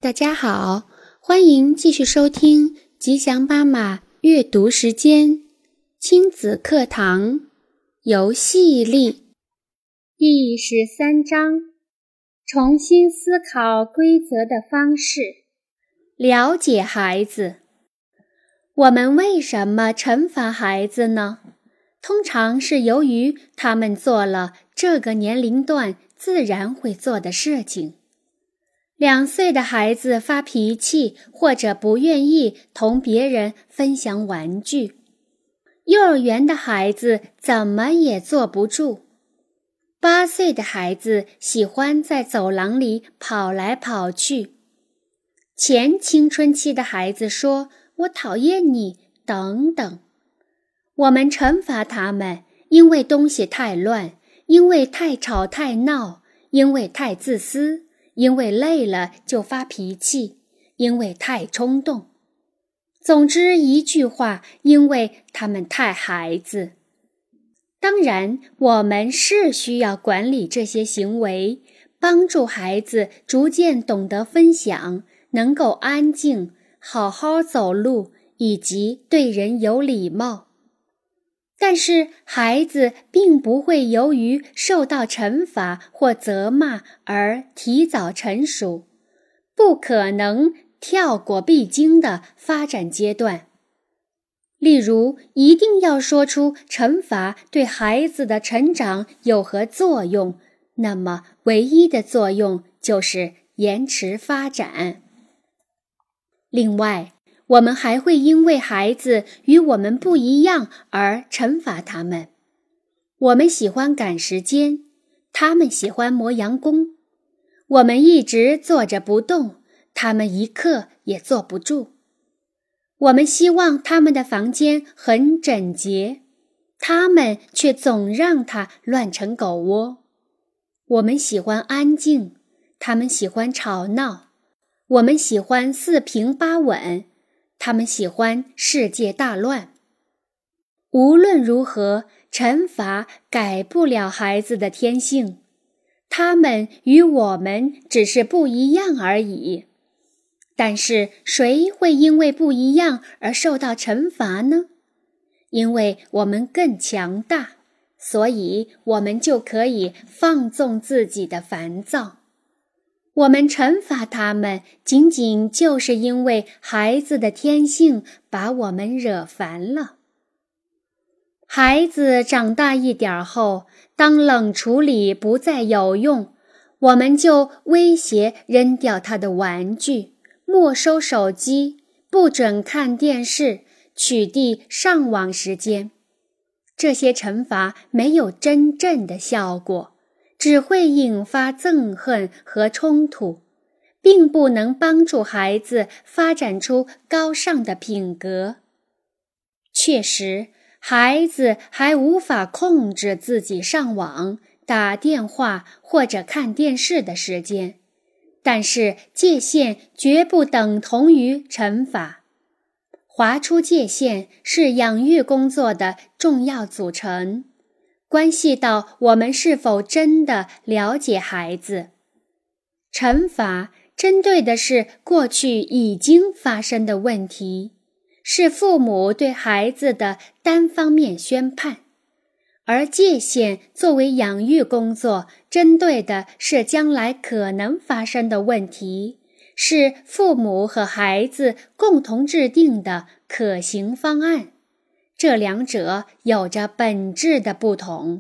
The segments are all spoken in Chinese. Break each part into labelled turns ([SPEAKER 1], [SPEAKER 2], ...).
[SPEAKER 1] 大家好，欢迎继续收听吉祥妈妈阅读时间亲子课堂游戏力第13章，重新思考规则的方式，了解孩子。我们为什么惩罚孩子呢？通常是由于他们做了这个年龄段自然会做的事情。2岁的孩子发脾气，或者不愿意同别人分享玩具。幼儿园的孩子怎么也坐不住。8岁的孩子喜欢在走廊里跑来跑去。前青春期的孩子说：“我讨厌你，等等。”我们惩罚他们，因为东西太乱，因为太吵太闹，因为太自私，因为累了就发脾气，因为太冲动。总之一句话，因为他们太孩子。当然，我们是需要管理这些行为，帮助孩子逐渐懂得分享，能够安静，好好走路，以及对人有礼貌。但是孩子并不会由于受到惩罚或责骂而提早成熟，不可能跳过必经的发展阶段。例如，一定要说出惩罚对孩子的成长有何作用，那么唯一的作用就是延迟发展。另外，我们还会因为孩子与我们不一样而惩罚他们。我们喜欢赶时间，他们喜欢磨洋工。我们一直坐着不动，他们一刻也坐不住。我们希望他们的房间很整洁，他们却总让它乱成狗窝。我们喜欢安静，他们喜欢吵闹。我们喜欢四平八稳，他们喜欢世界大乱。无论如何，惩罚改不了孩子的天性，他们与我们只是不一样而已。但是谁会因为不一样而受到惩罚呢？因为我们更强大，所以我们就可以放纵自己的烦躁。我们惩罚他们，仅仅就是因为孩子的天性把我们惹烦了。孩子长大一点后，当冷处理不再有用，我们就威胁扔掉他的玩具，没收手机，不准看电视，取缔上网时间。这些惩罚没有真正的效果，只会引发憎恨和冲突，并不能帮助孩子发展出高尚的品格。确实，孩子还无法控制自己上网、打电话或者看电视的时间，但是界限绝不等同于惩罚。划出界限是养育工作的重要组成，关系到我们是否真的了解孩子。惩罚针对的是过去已经发生的问题，是父母对孩子的单方面宣判，而界限作为养育工作，针对的是将来可能发生的问题，是父母和孩子共同制定的可行方案。这两者有着本质的不同。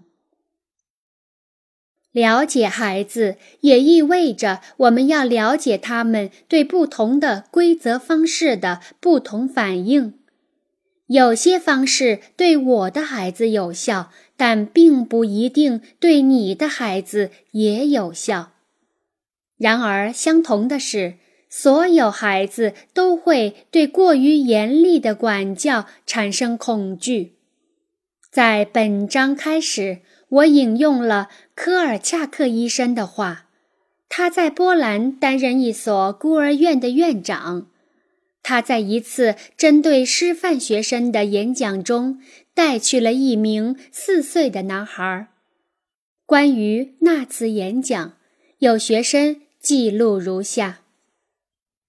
[SPEAKER 1] 了解孩子也意味着我们要了解他们对不同的规则方式的不同反应。有些方式对我的孩子有效，但并不一定对你的孩子也有效。然而，相同的是，所有孩子都会对过于严厉的管教产生恐惧。在本章开始，我引用了科尔恰克医生的话，他在波兰担任一所孤儿院的院长。他在一次针对师范学生的演讲中带去了一名4岁的男孩。关于那次演讲，有学生记录如下：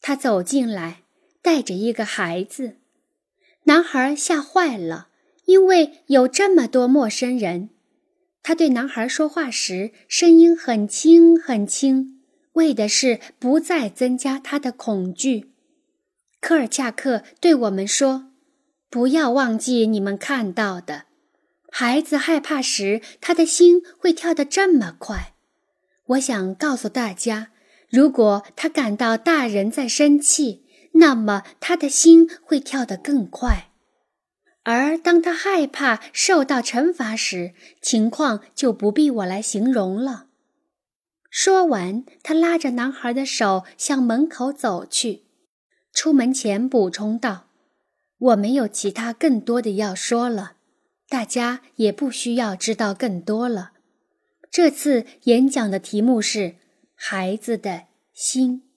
[SPEAKER 1] 他走进来，带着一个孩子。男孩吓坏了，因为有这么多陌生人。他对男孩说话时，声音很轻很轻，为的是不再增加他的恐惧。科尔恰克对我们说，不要忘记你们看到的。孩子害怕时，他的心会跳得这么快。我想告诉大家，如果他感到大人在生气，那么他的心会跳得更快。而当他害怕受到惩罚时，情况就不必我来形容了。说完，他拉着男孩的手向门口走去。出门前补充道，我没有其他更多的要说了，大家也不需要知道更多了。这次演讲的题目是孩子的心。